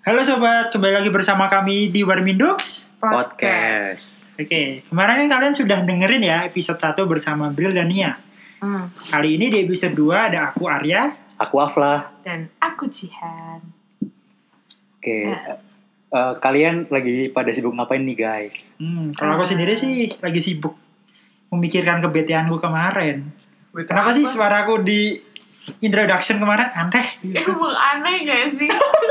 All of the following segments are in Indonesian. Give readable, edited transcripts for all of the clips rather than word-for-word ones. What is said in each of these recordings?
Halo sobat, kembali lagi bersama kami di Warmindoks Podcast. Oke, kemarin kan kalian sudah dengerin ya episode 1 bersama Bril dan Nia. Kali ini di episode 2 ada aku Arya, Aku Aflah. Dan aku Jihan. Oke, kalian lagi pada sibuk ngapain nih guys? Kalau aku sendiri sih lagi sibuk memikirkan kebeteanku kemarin. Kenapa sih suaraku di introduction kemarin aneh? Emang aneh gak sih?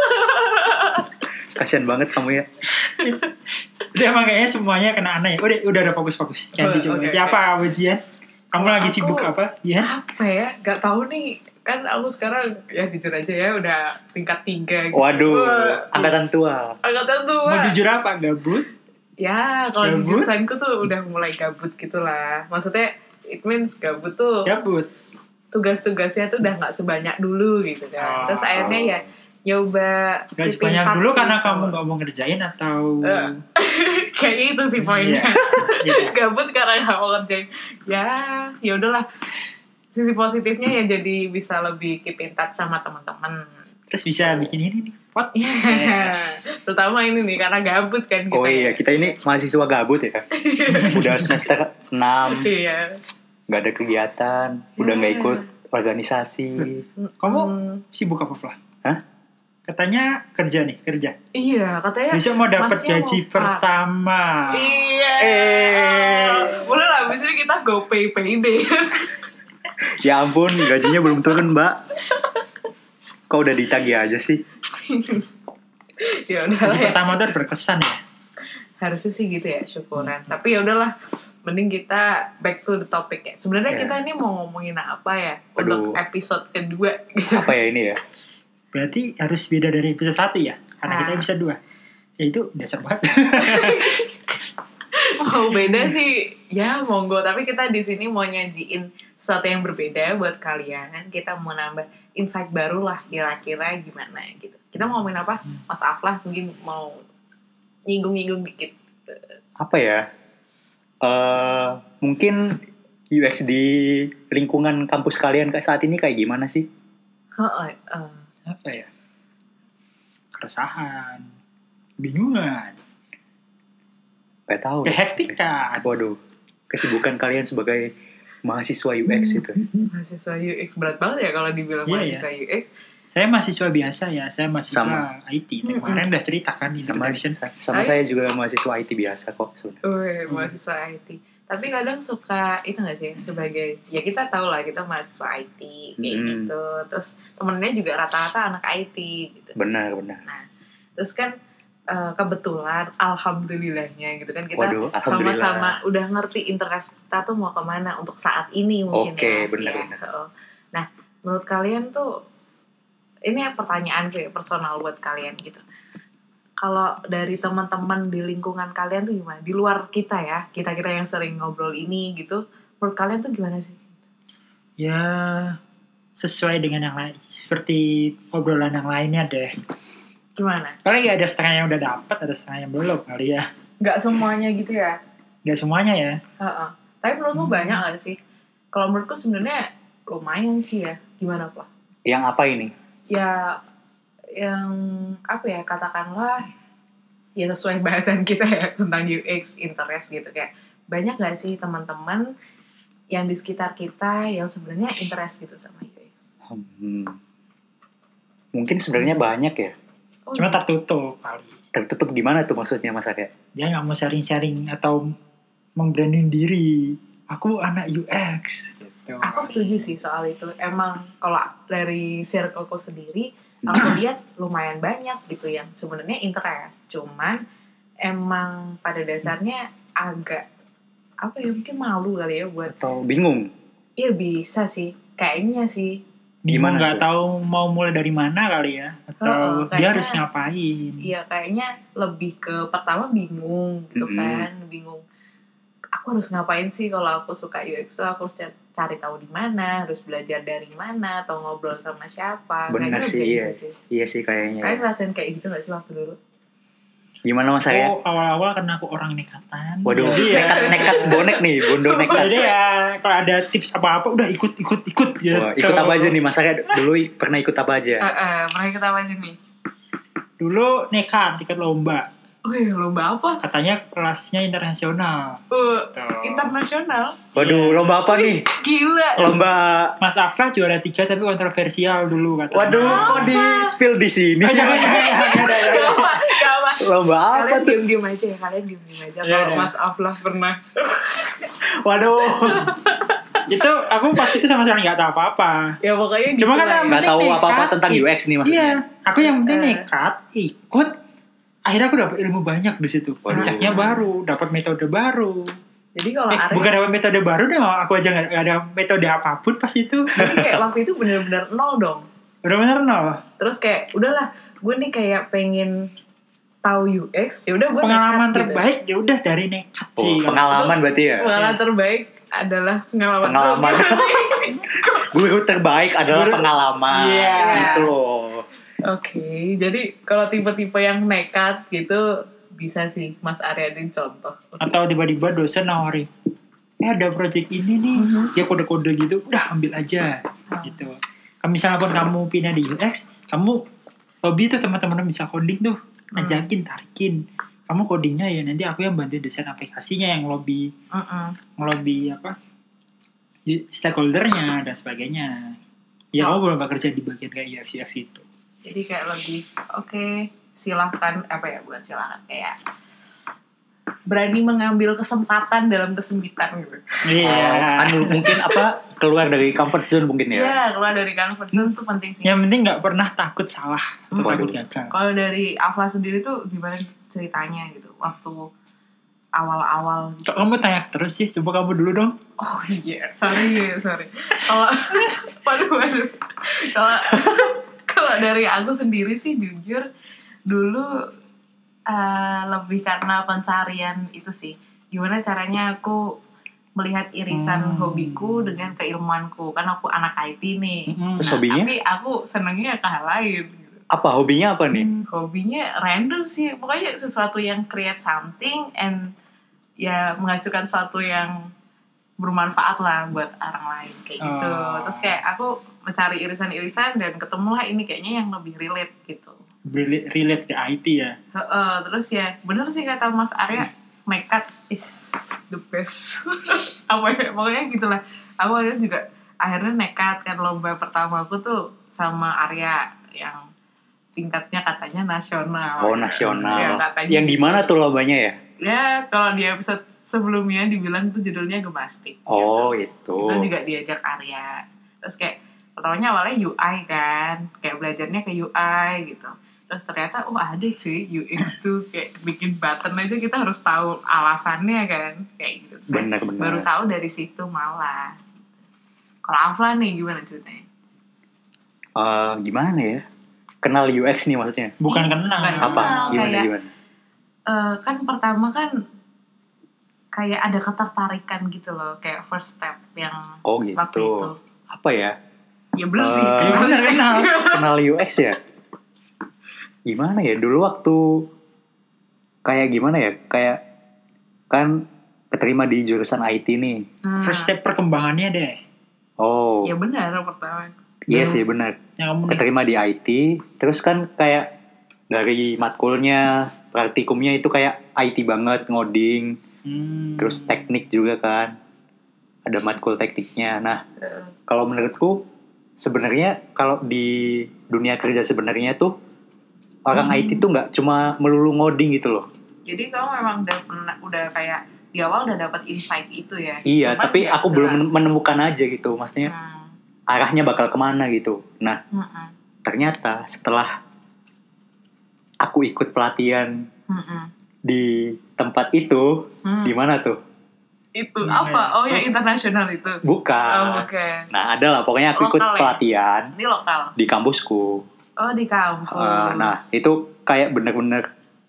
Kasian banget kamu ya. Udah emang kayaknya semuanya kena aneh. Udah ada fokus. Jangan dicoba. Okay, Siapa kamu Jihan? Kamu lagi sibuk apa? Jihan? Apa ya? Gak tahu nih. Kan aku sekarang ya jujur aja ya udah tingkat 3 gitu. Waduh, angkatan tua. Angkatan tua. Mau jujur apa? Gabut? Ya, kalau di Gabut? jurusanku tuh udah mulai gabut gitu lah. Maksudnya it means gabut tuh Gabut. tugas-tugasnya tuh udah gak sebanyak dulu gitu kan. Terus akhirnya ya nyoba Gak keeping sebanyak touch dulu sih karena sama- kamu gak mau ngerjain atau Kayaknya itu sih poinnya. Iya. Gabut karena gak mau kerjain. Ya udahlah. Sisi positifnya ya jadi bisa lebih keep in touch sama teman-teman. terus bisa bikin ini nih pot. Yes. Terutama ini nih karena gabut kan kita. Oh iya, kita ini mahasiswa gabut ya kan. Udah semester 6, Iya. gak ada kegiatan, udah gak ikut organisasi. Kamu sibuk apa Flah? Hah? Katanya kerja. Iya, katanya Besok mau dapat masnya gaji mau- pertama. Iya. Boleh lah, abis ini kita go pay payday. Ya ampun, gajinya belum turun mbak. Kok udah ditagih aja sih? Ya udah Gaji lah ya. pertama tuh berkesan ya. Harusnya sih gitu ya, syukuran. Tapi ya udahlah, mending kita back to the topic ya. Sebenarnya Ya. kita ini mau ngomongin apa ya Waduh. untuk episode kedua gitu. Apa ya ini ya? Berarti harus beda dari episode 1 ya. Karena kita Ah. episode 2. Ya itu dasar banget. Mau beda sih, ya monggo. Tapi kita di sini mau nyajiin sesuatu yang berbeda buat kalian. Kita mau nambah insight baru lah, kira-kira gimana gitu. Kita mau ngomongin apa? Mas Aflah mungkin mau nyinggung-nyinggung dikit. Apa ya? Mungkin UX di lingkungan kampus kalian kayak saat ini kayak gimana sih? Apa ya? Keresahan. Bingungan. Gak tahu. Kehektikan. Waduh, kesibukan kalian sebagai mahasiswa UX itu. Mahasiswa UX berat banget ya kalau dibilang Iya, mahasiswa UX. Saya mahasiswa biasa ya. Saya mahasiswa Sama. IT. Kemarin udah cerita kan di Sama, introduction. sama saya juga mahasiswa IT biasa kok sebenarnya. Mahasiswa IT. Tapi kadang suka itu nggak sih sebagai ya kita tahu lah kita mahasiswa IT kayak gitu. Terus temennya juga rata-rata anak IT gitu. Benar. Nah, terus kan kebetulan alhamdulillahnya gitu kan kita Waduh, alhamdulillah. sama-sama udah ngerti interest kita tuh mau kemana untuk saat ini mungkin Oke, ya. benar-benar. Heeh. Nah, menurut kalian tuh ini pertanyaan kayak personal buat kalian gitu. Kalau dari teman-teman di lingkungan kalian tuh gimana? Di luar kita ya, kita-kita yang sering ngobrol ini gitu, menurut kalian tuh gimana sih? Ya sesuai dengan yang lain. Seperti obrolan yang lainnya deh. Gimana? Paling ada setengah yang udah dapat, ada setengah yang belum kali ya. Nggak semuanya gitu ya? Gak semuanya ya. Heeh. Tapi menurutmu banyak gak sih? Kalau menurutku sebenarnya lumayan sih ya. Gimana Pak? Yang apa ini? Ya yang apa ya katakanlah ya sesuai bahasan kita ya tentang UX interest gitu kayak banyak gak sih teman-teman yang di sekitar kita yang sebenarnya interest gitu sama UX? Mungkin sebenarnya banyak ya. Oh, Cuma tertutup kali. Tertutup gimana tuh maksudnya Mas Arya? Dia gak mau sharing-sharing atau membranding diri. Aku anak UX. Gitu. aku setuju sih soal itu. Emang kalau dari circleku sendiri aku lihat lumayan banyak gitu yang sebenarnya interest. Cuman emang pada dasarnya agak apa ya mungkin malu kali ya buat Atau bingung? iya bisa sih kayaknya sih. Bingung Gimana gak tuh? tahu mau mulai dari mana kali ya. Atau Oh, dia kayaknya- harus ngapain. Iya kayaknya lebih ke pertama bingung gitu kan, bingung. Aku harus ngapain sih kalau aku suka UX tuh aku harus cari tahu di mana, harus belajar dari mana atau ngobrol sama siapa. Benar Kayaknya sih, lebih iya. gitu sih. Iya sih kayaknya. Kalian ngerasain kayak gitu gak sih waktu dulu? Gimana Mas Arya? Oh, awal-awal karena aku orang nekatan. Waduh, Jadi ya, nekat bonek nih, bondo nekat. jadi ya kalau ada tips apa-apa udah ikut gitu. Wah, ikut apa aja nih Mas Arya? Dulu pernah ikut apa aja? Mereka kita apa aja nih? dulu nekat ikut lomba. Wih, lomba apa? Katanya kelasnya internasional. Internasional. Waduh, lomba apa nih? Gila. Lomba. Mas Aflah juara 3 tapi kontroversial dulu katanya. Waduh, kok di spill di sini sih? Gak apa. Lomba apa Kalian tuh? diem-diem aja ya. Kalian diem-diem aja. Ya, Kalau ya. Mas Aflah pernah. Waduh. Itu aku pas itu sama sekali nggak tahu apa-apa. Ya pokoknya Cuma kan lah ya. Nggak tahu nekat, apa-apa tentang UX nih maksudnya. Iya, aku yang penting nekat ikut. Akhirnya aku dapat ilmu banyak di situ. Waduh. Konsepnya baru, dapat metode baru. Jadi kalau Arya, Bukan dapat metode baru dong, aku aja nggak ada metode apapun pas itu. jadi kayak waktu itu benar-benar nol dong. Benar-benar nol. Terus kayak udahlah, gue nih kayak pengen tahu UX. Ya udah gue Pengalaman nekat, terbaik ya udah dari nekat Oh, sih. pengalaman berarti ya. Pengalaman terbaik adalah Pengalaman. Guru terbaik adalah Guru- pengalaman. Iya. Gitu loh. Oke, jadi kalau tipe-tipe yang nekat gitu bisa sih Mas Aryadin contoh. Atau tiba-tiba dosen nawarin, ada project ini nih, dia kode-kode gitu, udah ambil aja, gitu. Kalau misalnya pun kamu pindah di UX, kamu lobby tuh teman-teman bisa coding tuh, ajakin, tarikin. Kamu codingnya ya, nanti aku yang bantu desain aplikasinya, yang lobby apa, stakeholdernya dan sebagainya. Ya kamu belum bekerja di bagian kayak UX itu. Jadi kayak lebih oke, silahkan bukan silahkan kayak berani mengambil kesempatan dalam kesempitan gitu. Iya. Kan mungkin keluar dari comfort zone mungkin ya. Iya, keluar dari comfort zone tuh penting sih. Yang penting nggak pernah takut salah atau takut gagal. Kalau dari Afla sendiri tuh gimana ceritanya gitu waktu awal-awal gitu. Kok kamu tanya terus sih? Coba kamu dulu dong. Oh iya, sorry. Kalau waduh. Kalau dari aku sendiri sih jujur dulu lebih karena pencarian itu sih. Gimana caranya aku melihat irisan hobiku dengan keilmuanku. Kan aku anak IT nih. Terus hobinya? Tapi aku senengnya ke hal lain. Gitu. Apa hobinya apa nih? Hobinya random sih. Pokoknya sesuatu yang create something and ya menghasilkan sesuatu yang bermanfaat lah buat orang lain kayak gitu. Terus kayak aku mencari irisan-irisan dan ketemulah ini kayaknya yang lebih relate gitu. Relate ke IT ya. Terus ya bener sih kata Mas Arya, nekat is the best. Pokoknya gitulah. Aku akhirnya nekat kan lomba pertama aku tuh sama Arya yang tingkatnya katanya nasional. Oh, nasional. Ya, katanya Yang di mana tuh lombanya ya? Ya, kalau di episode sebelumnya dibilang tuh judulnya Gemastik. Oh, gitu. itu. Itu juga diajak Arya. Terus kayak pertamanya awalnya UI kan, kayak belajarnya ke UI gitu. Terus ternyata ada cuy UX tuh kayak bikin button aja kita harus tahu alasannya kan, kayak gitu. Terus Bener. baru tahu dari situ malah. Kalau Afla nih gimana ceritanya? Gimana ya? Kenal UX nih maksudnya? Bukan kenal. Bukan Apa? kenal, Gimana? Kan pertama kan kayak ada ketertarikan gitu loh, kayak first step yang Oh waktu gitu. itu. Apa ya? Ya belum sih. Ya bener kenal. Kenal UX ya? Gimana ya? Dulu waktu kayak gimana ya? Kayak kan keterima di jurusan IT nih. First step perkembangannya deh. Oh. Ya benar pertama. Iya sih benar. Yang kamu Keterima di IT, terus kan kayak dari matkulnya, praktikumnya itu kayak IT banget, ngoding, terus teknik juga kan. Ada matkul tekniknya. Nah, kalau menurutku sebenarnya kalau di dunia kerja sebenarnya tuh orang IT tuh nggak cuma melulu ngoding gitu loh. Jadi kamu memang udah kayak di awal udah dapat insight itu ya. Iya, Cuman tapi nggak aku jelas. belum menemukan aja gitu, maksudnya arahnya bakal kemana gitu. Nah, ternyata setelah aku ikut pelatihan di tempat itu, di mana tuh? Itu apa? Oh yang internasional itu. Bukan. Oh bukan. Nah, ada lah. Pokoknya aku ikut Lokal ya? pelatihan Ini lokal. di kampusku. Oh di kampus. Nah, itu kayak bener-bener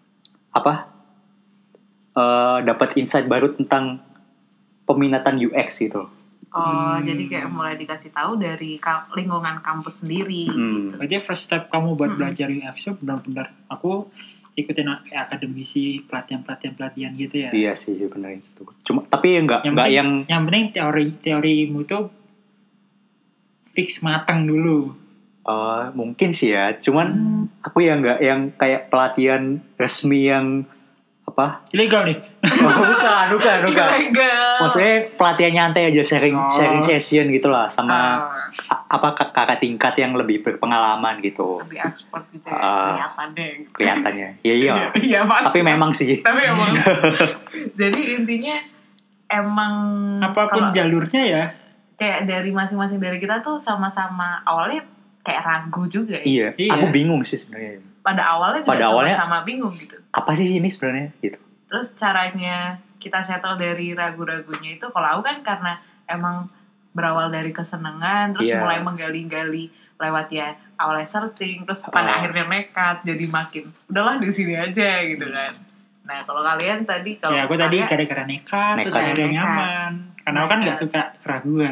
dapat insight baru tentang peminatan UX gitu. Oh jadi kayak mulai dikasih tahu dari lingkungan kampus sendiri. Berarti first step kamu buat belajar UX itu benar-benar aku ikutin kayak akademisi pelatihan gitu ya. Iya sih benar itu. Cuma tapi enggak yang penting teorimu itu fix matang dulu. Mungkin sih ya, cuman aku ya nggak yang kayak pelatihan resmi yang apa? Ilegal nih. Bukan. Ilegal. Maksudnya pelatihan nyantai aja, sharing session gitulah sama kakak tingkat yang lebih berpengalaman gitu. Lebih expert gitu ya, Kelihatannya. Iya. Iya pasti. Tapi memang sih. Jadi intinya emang apapun jalurnya ya. Kayak dari masing-masing dari kita tuh sama-sama awalnya kayak ragu juga ya. Iya. Aku bingung sih sebenarnya. Pada awalnya sama-sama bingung gitu. Apa sih ini sebenarnya gitu. Terus caranya kita settle dari ragu-ragunya itu, kalau aku kan karena emang berawal dari kesenangan, terus mulai menggali-gali lewat ya awalnya searching, terus pada akhirnya nekat, jadi makin udahlah di sini aja gitu kan. Nah kalau kalian tadi ya aku tadi gara-gara nekat terus akhirnya nyaman karena aku kan nggak suka keraguan.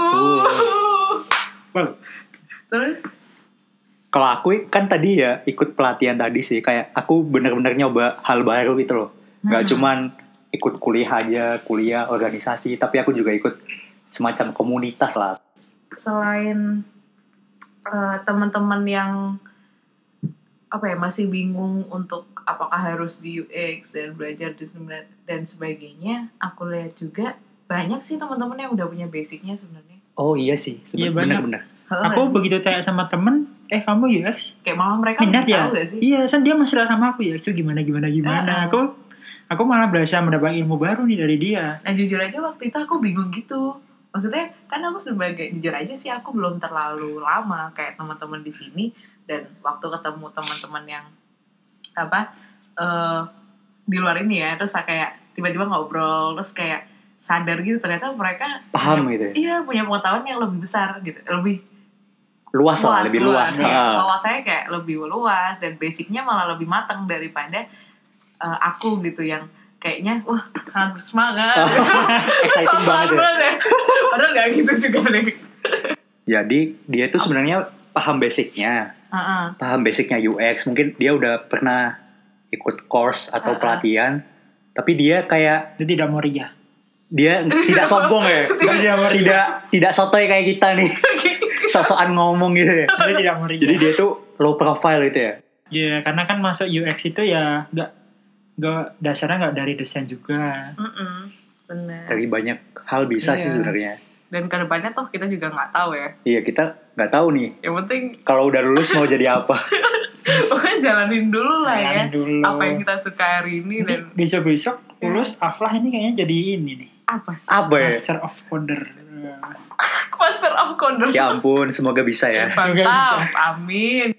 Wow. Terus kalau aku kan tadi ya ikut pelatihan tadi sih, kayak aku bener-bener nyoba hal baru gitu loh. Nggak cuman ikut kuliah organisasi, tapi aku juga ikut semacam komunitas lah. Selain teman-teman yang masih bingung untuk apakah harus di UX dan belajar dan sebagainya, aku lihat juga banyak sih teman-teman yang udah punya basicnya sebenarnya. Oh iya sih, benar-benar. Aku begitu tanya sama temen, kamu UX? Kayak malah mereka minat ya? Tahu gak sih? Iya, dia masalah sama aku ya, itu gimana. Aku malah belajar mendapat ilmu baru nih dari dia. Nah jujur aja waktu itu aku bingung gitu. Maksudnya kan aku jujur aja sih aku belum terlalu lama kayak teman-teman di sini, dan waktu ketemu teman-teman yang di luar ini ya, terus kayak tiba-tiba ngobrol, terus kayak sadar gitu ternyata mereka paham gitu ya? Iya, punya pengetahuan yang lebih besar gitu, lebih luas. Kalau saya kayak lebih luas dan basicnya malah lebih matang daripada aku gitu yang kayaknya sangat bersemangat. Exciting banget ya. Padahal gak gitu juga deh. Jadi dia tuh sebenarnya paham basicnya. Paham basicnya UX. Mungkin dia udah pernah ikut course atau pelatihan. Tapi dia kayak dia tidak mau ria. Dia tidak sombong ya. Tidak sotoy kayak kita nih. Sosokan ngomong gitu ya. Dia tidak mau ria. Jadi dia tuh low profile gitu ya. Iya, karena kan masuk UX itu ya dasarnya nggak dari desain juga. Benar. Dari banyak hal bisa sih sebenarnya. Dan kedepannya toh kita juga nggak tahu ya. Iya, kita nggak tahu nih. Yang penting kalau udah lulus mau jadi apa. Pokoknya jalanin dulu lah ya. Apa yang kita suka hari ini dan besok lulus Aflah ini kayaknya jadi ini nih. Apa ya? Master of Coder. Master of Coder. Ya ampun, semoga bisa ya. Mantap, amin.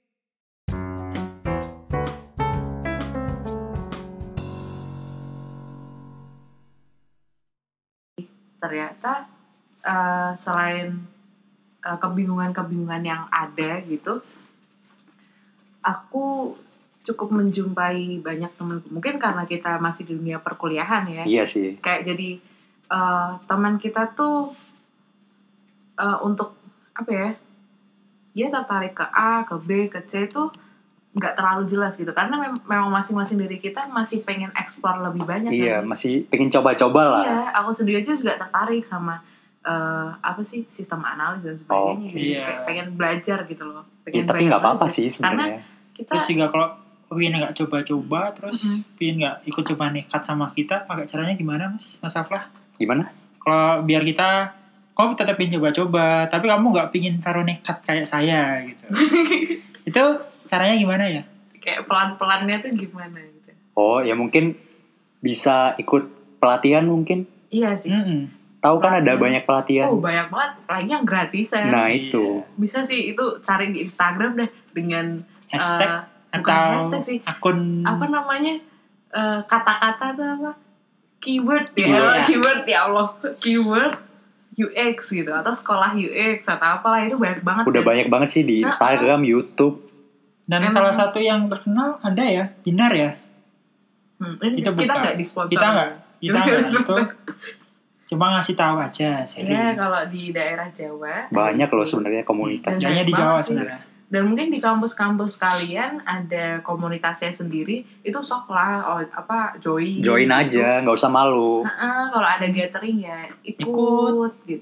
Ternyata selain kebingungan-kebingungan yang ada gitu, aku cukup menjumpai banyak temanku. Mungkin karena kita masih di dunia perkuliahan ya. Iya sih. Kayak jadi teman kita tuh untuk dia tertarik ke A, ke B, ke C tuh nggak terlalu jelas gitu. Karena memang masing-masing dari kita masih pengen explore lebih banyak. Iya, masih pengen coba-coba lah. Iya, aku sendiri aja juga tertarik sama sistem analis dan sebagainya gitu. Kayak pengen belajar gitu loh. Tapi nggak apa-apa sih sebenarnya. Terus juga kalau pengen nggak coba-coba, terus pengen nggak ikut coba nekat sama kita, pakai caranya gimana Mas Aflah? Gimana? Kalau biar kamu tetap pengen coba-coba, tapi kamu nggak pengen taruh nekat kayak saya gitu. Itu caranya gimana ya? Kayak pelan-pelannya tuh gimana gitu. Oh ya mungkin bisa ikut pelatihan mungkin. Iya sih. Tahu kan ada banyak pelatihan. Oh banyak banget, apalagi yang gratisan. Nah itu. Bisa sih itu cari di Instagram deh dengan hashtag bukan hashtag sih. Akun apa namanya kata-kata tuh apa? Keyword ya. Keyword ya Allah. Keyword UX gitu atau sekolah UX atau apalah, itu banyak banget. Udah banyak banget sih di Instagram, YouTube. Dan salah satu yang terkenal ada ya, Binar ya. Kita nggak disponsor. Kita nggak itu. Cuma ngasih tahu aja. Iya, kalau di daerah Jawa banyak loh sebenarnya komunitas. Banyak di Jawa sebenarnya. Dan mungkin di kampus-kampus kalian ada komunitasnya sendiri, itu sok lah join aja, nggak usah malu. Kalau ada gathering ya ikut gitu.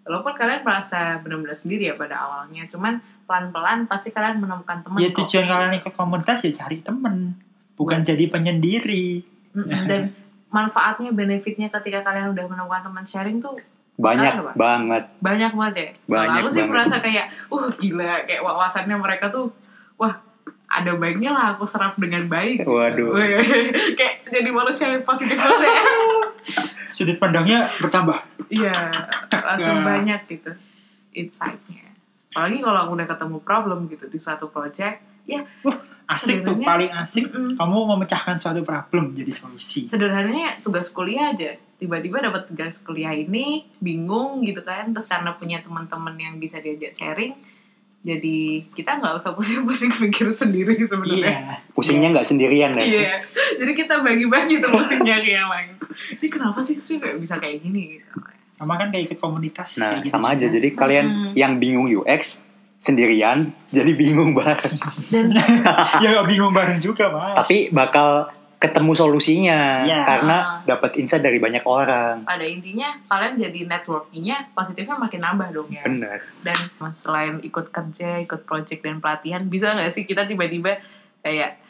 Walaupun kalian merasa benar-benar sendiri ya pada awalnya, cuman pelan-pelan pasti kalian menemukan teman. Ya tujuan kalian ikut komunitas ya cari teman, bukan jadi penyendiri. Dan manfaatnya, benefitnya ketika kalian udah menemukan teman sharing tuh Banyak banget. Banyak banget ya. Banyak Lalu sih banget. merasa kayak, gila, kayak wawasannya mereka tuh, wah, ada baiknya lah aku serap dengan baik. Waduh. Kayak jadi manusia yang positif banget ya. Sudut pandangnya bertambah. Iya, langsung banyak gitu insight-nya. Apalagi kalau aku udah ketemu problem gitu di suatu project, ya Asik tuh, paling asik. Kamu memecahkan suatu problem jadi solusi. sederhananya tugas kuliah aja. Tiba-tiba dapat tugas kuliah ini, bingung gitu kan. Terus karena punya teman-teman yang bisa diajak sharing, jadi kita nggak usah pusing-pusing pikir sendiri sebenarnya. Pusingnya nggak sendirian deh. Iya, jadi kita bagi-bagi tuh pusingnya ke yang lain. Ini kenapa sih nggak bisa kayak gini gitu? Sama kan kayak ikut komunitas. Nah, kayak gitu sama juga. aja. Jadi kalian yang bingung UX sendirian, jadi bingung bareng. Ya gak bingung bareng juga, Mas. Tapi bakal ketemu solusinya Ya. karena dapat insight dari banyak orang. Pada intinya kalian jadi networkingnya positifnya makin nambah dong ya. Bener. Dan selain ikut kerja, ikut project dan pelatihan, bisa nggak sih kita tiba-tiba kayak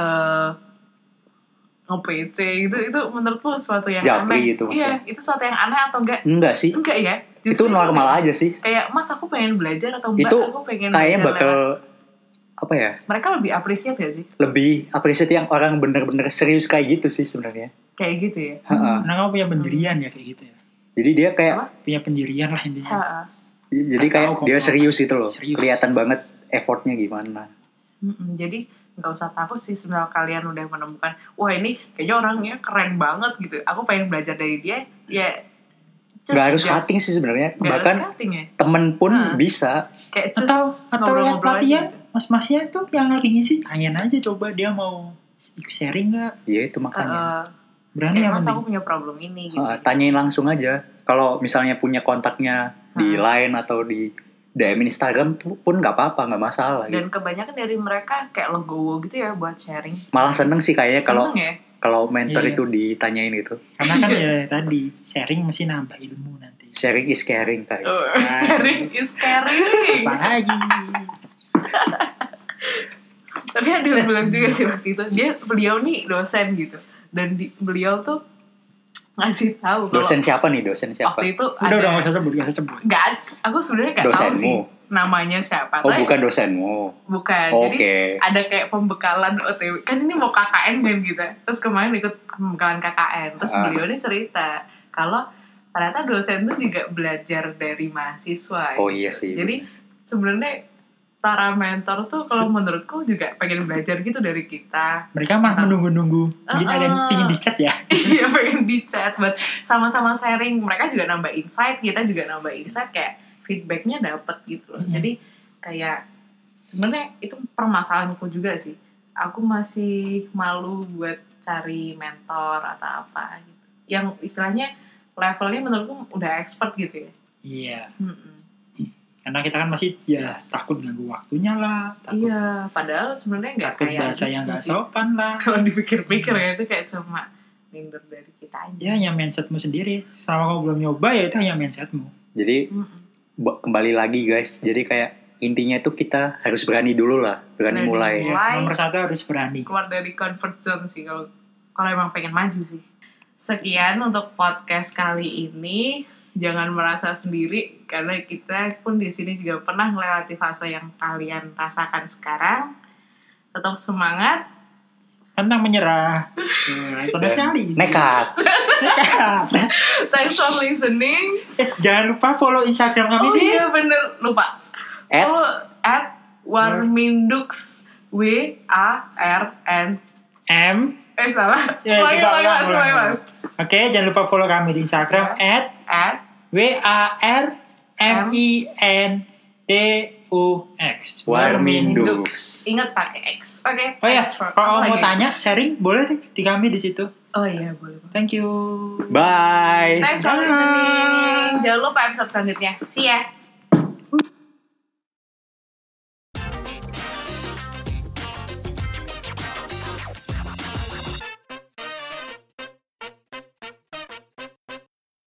nge-PC itu menurutku sesuatu yang Japri aneh. itu maksudnya. Iya, itu sesuatu yang aneh atau enggak? Enggak sih. Enggak ya. Itu normal aja sih. Kayak, Mas aku pengen belajar atau Mbak Itu aku pengen kayaknya belajar bakal lewat. apa ya? Mereka lebih appreciate gak sih? Lebih appreciate yang orang bener-bener serius kayak gitu sih sebenarnya. Kayak gitu ya. Ha-ha. Karena kamu punya pendirian ya kayak gitu ya. Jadi dia kayak Apa? Punya pendirian lah intinya. Ha-ha. jadi kayak Tahu kok dia mau serius gitu loh. Serius. Kelihatan banget effortnya gimana. Jadi nggak usah takut sih sebenarnya kalian udah menemukan, wah ini kayaknya orangnya keren banget gitu. Aku pengen belajar dari dia. Ya Gak harus cutting sih sebenarnya. Bahkan cutting ya. temen pun bisa. Kayak Atau lihat pelatihan gitu. mas-masnya tuh yang lagi ngisi, tanyain aja coba dia mau ikut sharing nggak. Ya itu makanya. Berani ya Kayak, Mas penting. aku punya problem ini gitu. Tanyain langsung aja. Kalau misalnya punya kontaknya di Line atau di DM Instagram tuh pun nggak apa-apa, nggak masalah. Dan Gitu. kebanyakan dari mereka kayak logowo gitu ya buat sharing. Malah seneng sih kayaknya kalau Seneng ya. kalau mentor Iya. itu ditanyain gitu. Karena kan ya tadi sharing mesti nambah ilmu nanti. Sharing is caring guys. Sharing is caring. Apa lagi? Tapi ada yang bilang juga sih waktu itu, beliau nih dosen gitu, dan beliau tuh ngasih tahu kalau Dosen siapa nih? Dosen siapa? waktu itu Udah nggak usah sebut, nggak usah sebut. aku sebenarnya nggak tahu Dosenmu? sih namanya siapa. Oh Tapi- bukan dosenmu. bukan. Oke. Jadi ada kayak pembekalan OTW. Kan ini mau KKN kan kita. Terus kemarin ikut pembekalan KKN. Terus beliau ini cerita kalau ternyata dosen tuh juga belajar dari mahasiswa. Oh gitu. iya sih. Jadi sebenarnya para mentor tuh kalau menurutku juga pengen belajar gitu dari kita. Mereka malah menunggu-nunggu. Mungkin ada yang pingin dicat ya. Iya pengen di chat, buat sama-sama sharing. Mereka juga nambah insight, kita juga nambah insight, kayak feedbacknya dapet gitu loh. Jadi kayak sebenarnya itu permasalahanku juga sih. Aku masih malu buat cari mentor atau apa gitu. Yang istilahnya levelnya menurutku udah expert gitu ya. Iya. Mm-mm. Karena kita kan masih ya takut ganggu waktunya lah. Takut, Iya, padahal sebenarnya nggak takut kayak bahasa yang gitu nggak sih. sopan lah. Kalau dipikir-pikir ya itu kayak cuma minder dari kita aja. Ya hanya mindsetmu sendiri. Selama kamu belum nyoba ya itu hanya mindsetmu. Jadi kembali lagi guys. Jadi kayak intinya itu kita harus berani dulu lah. Berani Berani mulai. mulai. Ya, nomor satu harus berani. Keluar dari comfort zone sih kalau emang pengen maju sih. Sekian untuk podcast kali ini. Jangan merasa sendiri karena kita pun di sini juga pernah melewati fase yang kalian rasakan sekarang. Tetap semangat. Pantang menyerah. Senang sekali. Nekat. Thanks for listening. Jangan lupa follow Instagram kami Oh di iya bener, lupa. At @warmindux WARN. M. Salah. Ya, Ulangi, coba ulang, ulangi, ulang. Mas. Oke, jangan lupa follow kami di Instagram At @WARMINDUX. Warmindux. Ingat pakai X. Oke. Oh ya, thanks for- kalau apa mau lagi? tanya, sharing boleh nih di kami di situ. Oh iya, boleh. Thank you. Bye. Thanks for Bye. listening. Jangan lupa episode selanjutnya. See ya.